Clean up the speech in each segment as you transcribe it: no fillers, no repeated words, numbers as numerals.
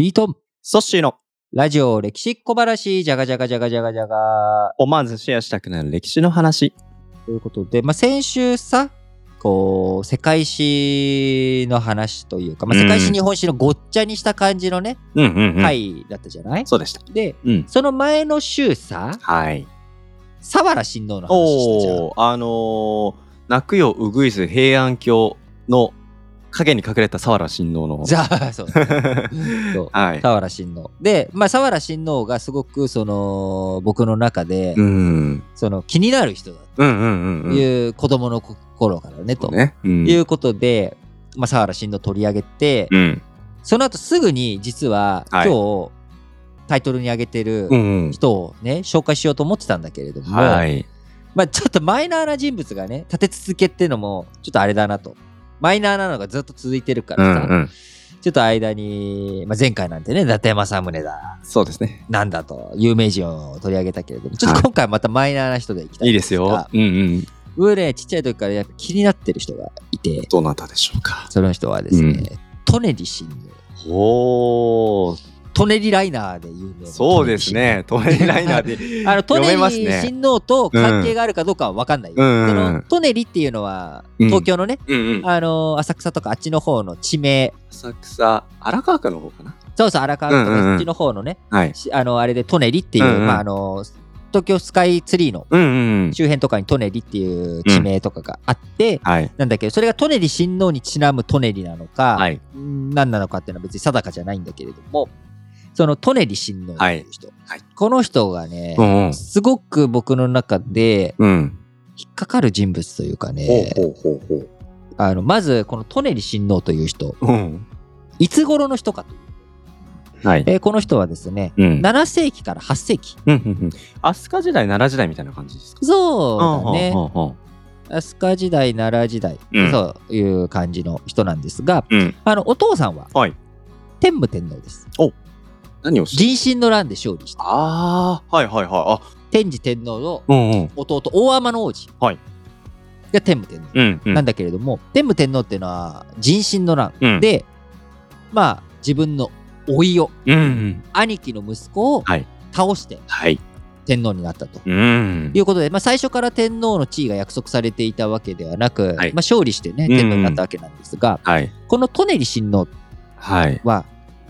リートンソッシーのラジオ歴史小話じゃがじゃがじゃがじゃがじゃが思わずシェアしたくなる歴史の話。 ということで、先週さこう世界史の話というか、世界史日本史のごっちゃにした感じのね、回だったじゃない。 そうでした。 で、その前の週さ、佐原親王の話したじゃん。 泣くようぐいす平安京の影に隠れた佐原親王の。 そう佐原親王で、佐原親王がすごくその僕の中で、その気になる人だという子供の頃からねということで、佐原親王取り上げて、その後すぐに実は今日タイトルに挙げてる人をね紹介しようと思ってたんだけれども、ちょっとマイナーな人物がね立て続けっていうのもちょっとあれだなと。マイナーなのがずっと続いてるからさ、ちょっと間に、前回なんてね伊達政宗だそうですねなんだと有名人を取り上げたけれども、ちょっと今回またマイナーな人でいきたいんですが、いいですよ。僕ねちっちゃい時からやっぱ気になってる人がいて、 どなたでしょうか。 その人はですね、舎人親王。舎人ライナーで有名な。 そうですね。舎人ライナーで読めますね。 舎人親王と関係があるかどうかは分かんない。その舎人っていうのは東京のね、浅草とかあっちの方の地名。 浅草荒川区の方かな。 そうそう荒川区とかあっちの方のね、あれで舎人っていう、東京スカイツリーの周辺とかに舎人っていう地名とかがあって、なんだけどそれが舎人親王にちなむ舎人なのか、何なのかっていうのは別に定かじゃないんだけれども、その舎人親王という人、この人がね、すごく僕の中で引っかかる人物というかね、まずこの舎人親王という人、いつ頃の人かというと、この人はですね、7世紀から8世紀、 飛鳥時代奈良時代みたいな感じですか。 そうだね、飛鳥時代奈良時代、そういう感じの人なんですが、お父さんは天武天皇です。 何をして壬申の乱で勝利した。天智天皇の弟、大天皇子が天武天皇なんだけれども、天武天皇っていうのは壬申の乱で、自分の甥いを、兄貴の息子を倒して天皇になったということで、最初から天皇の地位が約束されていたわけではなく、勝利してね天皇になったわけなんですが、この舎人親王は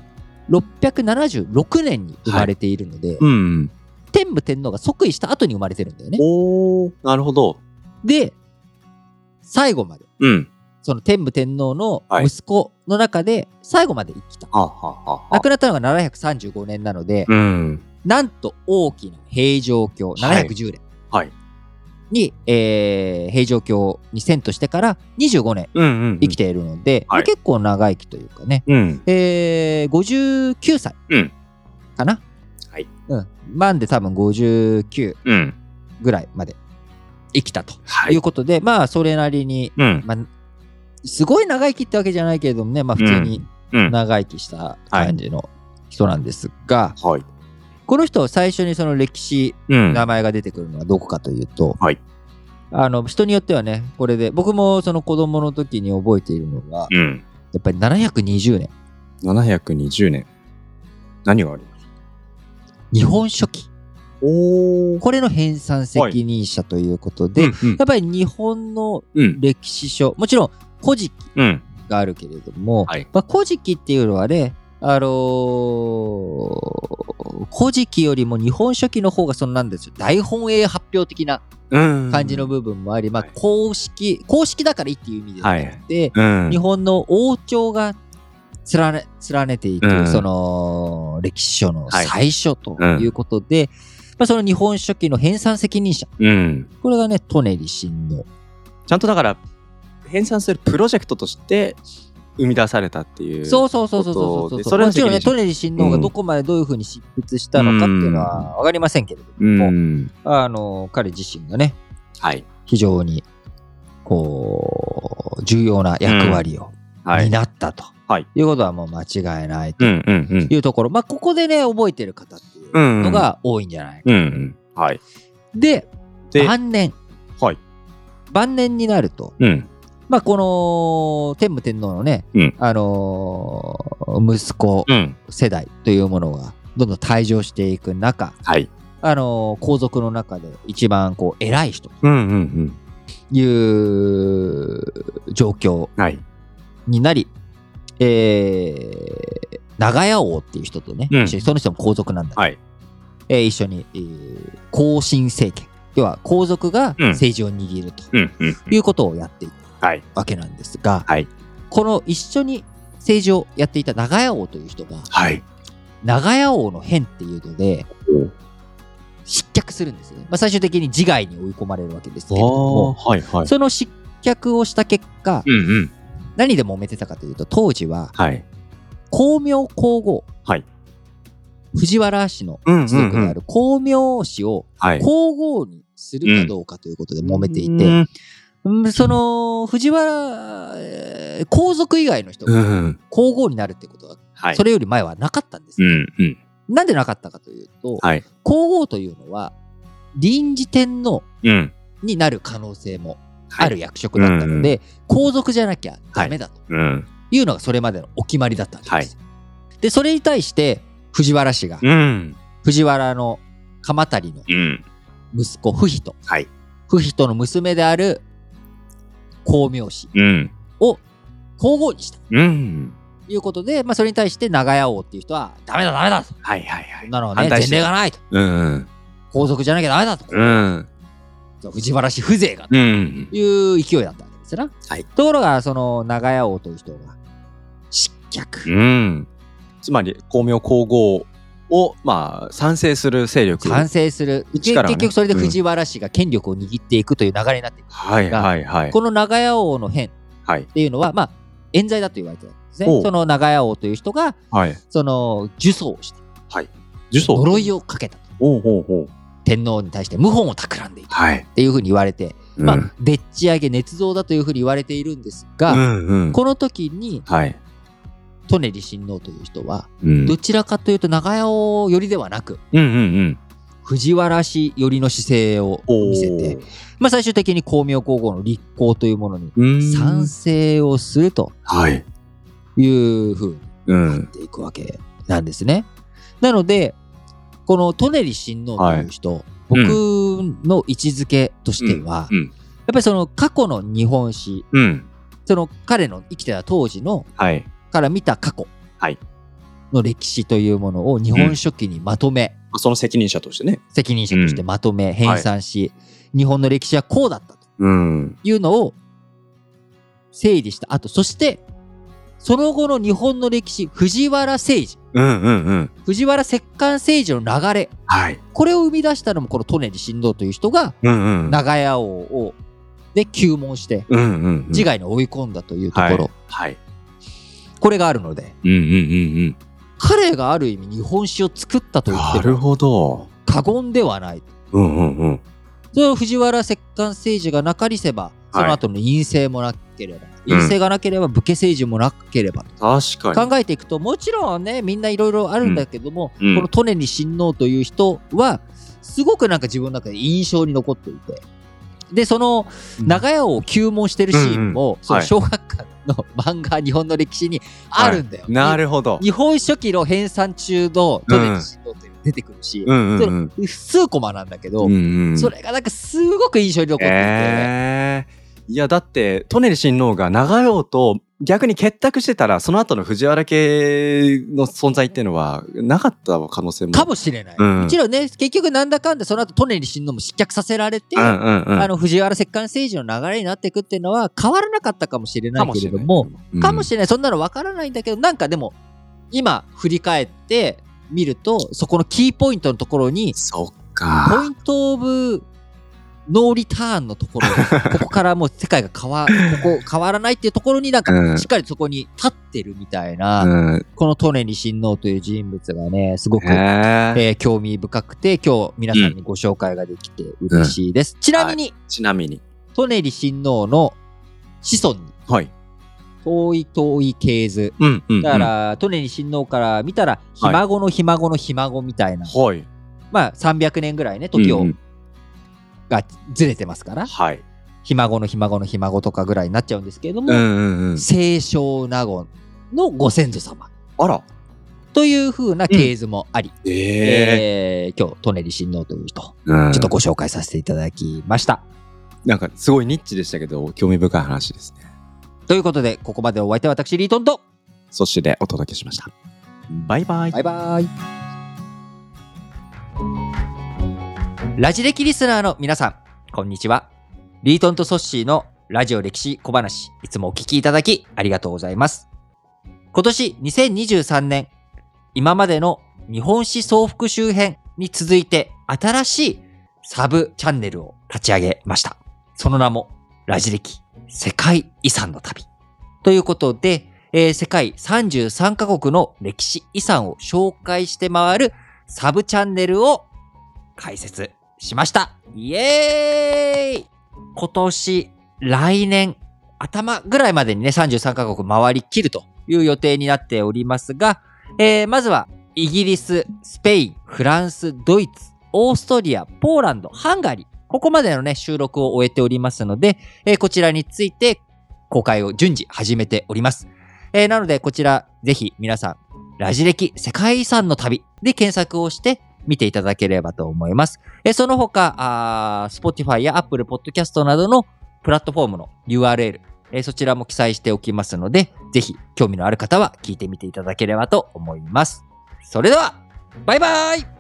676年に生まれているので、天武天皇が即位した後に生まれてるんだよね。 なるほど。で最後まで、その天武天皇の息子の中で最後まで生きた。亡くなったのが735年なので、なんと大きな平城京710年に、平城京に遷都してから25年生きているので、結構長生きというかね、59歳かな、満で多分59ぐらいまで生きたということで、それなりに、すごい長生きってわけじゃないけれどもね、普通に長生きした感じの人なんですが、この人最初にその歴史、名前が出てくるのはどこかというと、人によってはね、これで僕もその子供の時に覚えているのが、やっぱり720年。 720年。何がありますか。 日本書紀。これの編纂責任者ということで、やっぱり日本の歴史書、もちろん古事記があるけれども、古事記っていうのはね、古事記よりも日本書紀の方がそのなんですよ、大本営発表的な感じの部分もあり、公式だからいいっていう意味ではなくて、日本の王朝が連ねていくその歴史書の最初ということで、その日本書紀の編纂責任者、これがね舎人親王。 ちゃんとだから編纂するプロジェクトとして生み出されたっていう。 そう。もちろんね舎人親王がどこまでどういうふうに執筆したのかっていうのは分かりませんけれども、彼自身がね、非常にこう重要な役割を担ったということはもう間違いないというところ、ここでね覚えてる方っていうのが多いんじゃないか。で晩年になると、 まあこの天武天皇のね、息子世代というものがどんどん退場していく中、皇族の中で一番こう偉い人という状況になり、長屋王っていう人とね、その人も皇族なんだけど、一緒に、皇親政権、要は皇族が政治を握るということをやっていくわけなんですが、この一緒に政治をやっていた長屋王という人が、長屋王の変っていうので失脚するんですね。まあ、最終的に自害に追い込まれるわけですけれども、その失脚をした結果、何で揉めてたかというと、当時は、光明皇后、藤原氏の一族である光明氏を皇后にするかどうかということで揉めていて、その藤原皇族以外の人が皇后になるってことは、それより前はなかったんです。なんでなかったかというと、皇后というのは臨時天皇になる可能性もある役職だったので、皇族じゃなきゃダメだというのがそれまでのお決まりだったんです。でそれに対して藤原氏が、藤原の鎌足の息子不比との娘である光明氏を皇后にしたということで、まあ、それに対して長屋王っていう人はダメだと、そんなのはね前例がないと、皇族じゃなきゃダメだと、藤原氏風情がという勢いだったわけですな。ところがその長屋王という人が失脚、 つまり光明皇后をまあ賛成する勢力、 結局それで藤原氏が権力を握っていくという流れになっていくんですが、この長屋王の変っていうのは、まあ冤罪だと言われてるんですね。その長屋王という人が、その呪詛をして、呪いをかけたと、天皇に対して謀反を企んでいたっていうふうに言われて、まあでっち上げ捏造だというふうに言われているんですが、この時に、舎人親王という人は、どちらかというと長屋王寄りではなく、藤原氏寄りの姿勢を見せて、まあ、最終的に光明皇后の立候というものに賛成をするというふうになっていくわけなんですね。なのでこの舎人親王という人、僕の位置づけとしては、やっぱりその過去の日本史、その彼の生きてた当時のから見た過去の歴史というものを日本書紀にまとめ、 その責任者としてね、 まとめ編纂し、日本の歴史はこうだったというのを整理した後、そしてその後の日本の歴史、藤原政治、藤原摂関政治の流れ、これを生み出したのもこの舎人親王という人が長屋王をで糾問して自害に追い込んだというところ、これがあるので、彼がある意味日本史を作ったと言っても過言ではない。それを藤原摂関政治がなかりせば、その後の院政もなければ、院政がなければ武家政治もなければと考えていくと、もちろんねみんないろいろあるんだけども、この舎人親王という人はすごくなんか自分の中で印象に残っていて、でその長屋を糾問してるシーンも、その小学館の漫画日本の歴史にあるんだよ。 なるほど。 日本書紀の編纂中の舎人親王っていうの出てくるし、数コマなんだけど、それがなんかすごく印象に残っていて、 いやだって舎人親王が長屋王と逆に結託してたら、その後の藤原家の存在っていうのはなかった可能性もかもしれない。もちろんね、結局なんだかんだその後舎人親王も失脚させられて、藤原摂関政治の流れになっていくっていうのは変わらなかったかもしれないけれども、かもしれない、そんなの分からないんだけど、なんかでも今振り返って見ると、そこのキーポイントのところにポイントオブノーリターンのところ、ここからもう世界が変わらないっていうところになんかしっかりそこに立ってるみたいな、この舎人親王という人物がねすごく、興味深くて、今日皆さんにご紹介ができて嬉しいです。ちなみに舎人親王の子孫に、遠い系図、だから舎人親王から見たらひ孫のひ孫のひ孫みたいな、まあ300年ぐらいね時をがずれてますから、 ひ孫のひ孫のひ孫とかぐらいになっちゃうんですけれども、清少納言のご先祖様。 あら。 という風な系図もあり、今日、舎人親王という人、ちょっとご紹介させていただきました。 なんかすごいニッチでしたけど、興味深い話ですね。 ということで、ここまでお相手は私、リートンと、 そしてお届けしました。バイバイ。 バイバイ。ラジ歴リスナーの皆さん、こんにちは。リートンとソッシーのラジオ歴史小話、いつもお聞きいただきありがとうございます。今年2023年、今までの日本史総復習編に続いて新しいサブチャンネルを立ち上げました。その名もラジ歴世界遺産の旅ということで、世界33カ国の歴史遺産を紹介して回るサブチャンネルを開設しました。イエーイ！今年、来年頭ぐらいまでにね、33カ国回りきるという予定になっておりますが、まずはイギリス、スペイン、フランス、ドイツ、オーストリア、ポーランド、ハンガリー、ここまでのね、収録を終えておりますので、こちらについて公開を順次始めております。なので、こちらぜひ皆さん、ラジ歴世界遺産の旅で検索をして見ていただければと思います。その他、Spotify や Apple Podcast などのプラットフォームの URL、そちらも記載しておきますので、ぜひ興味のある方は聞いてみていただければと思います。それでは、バイバイ。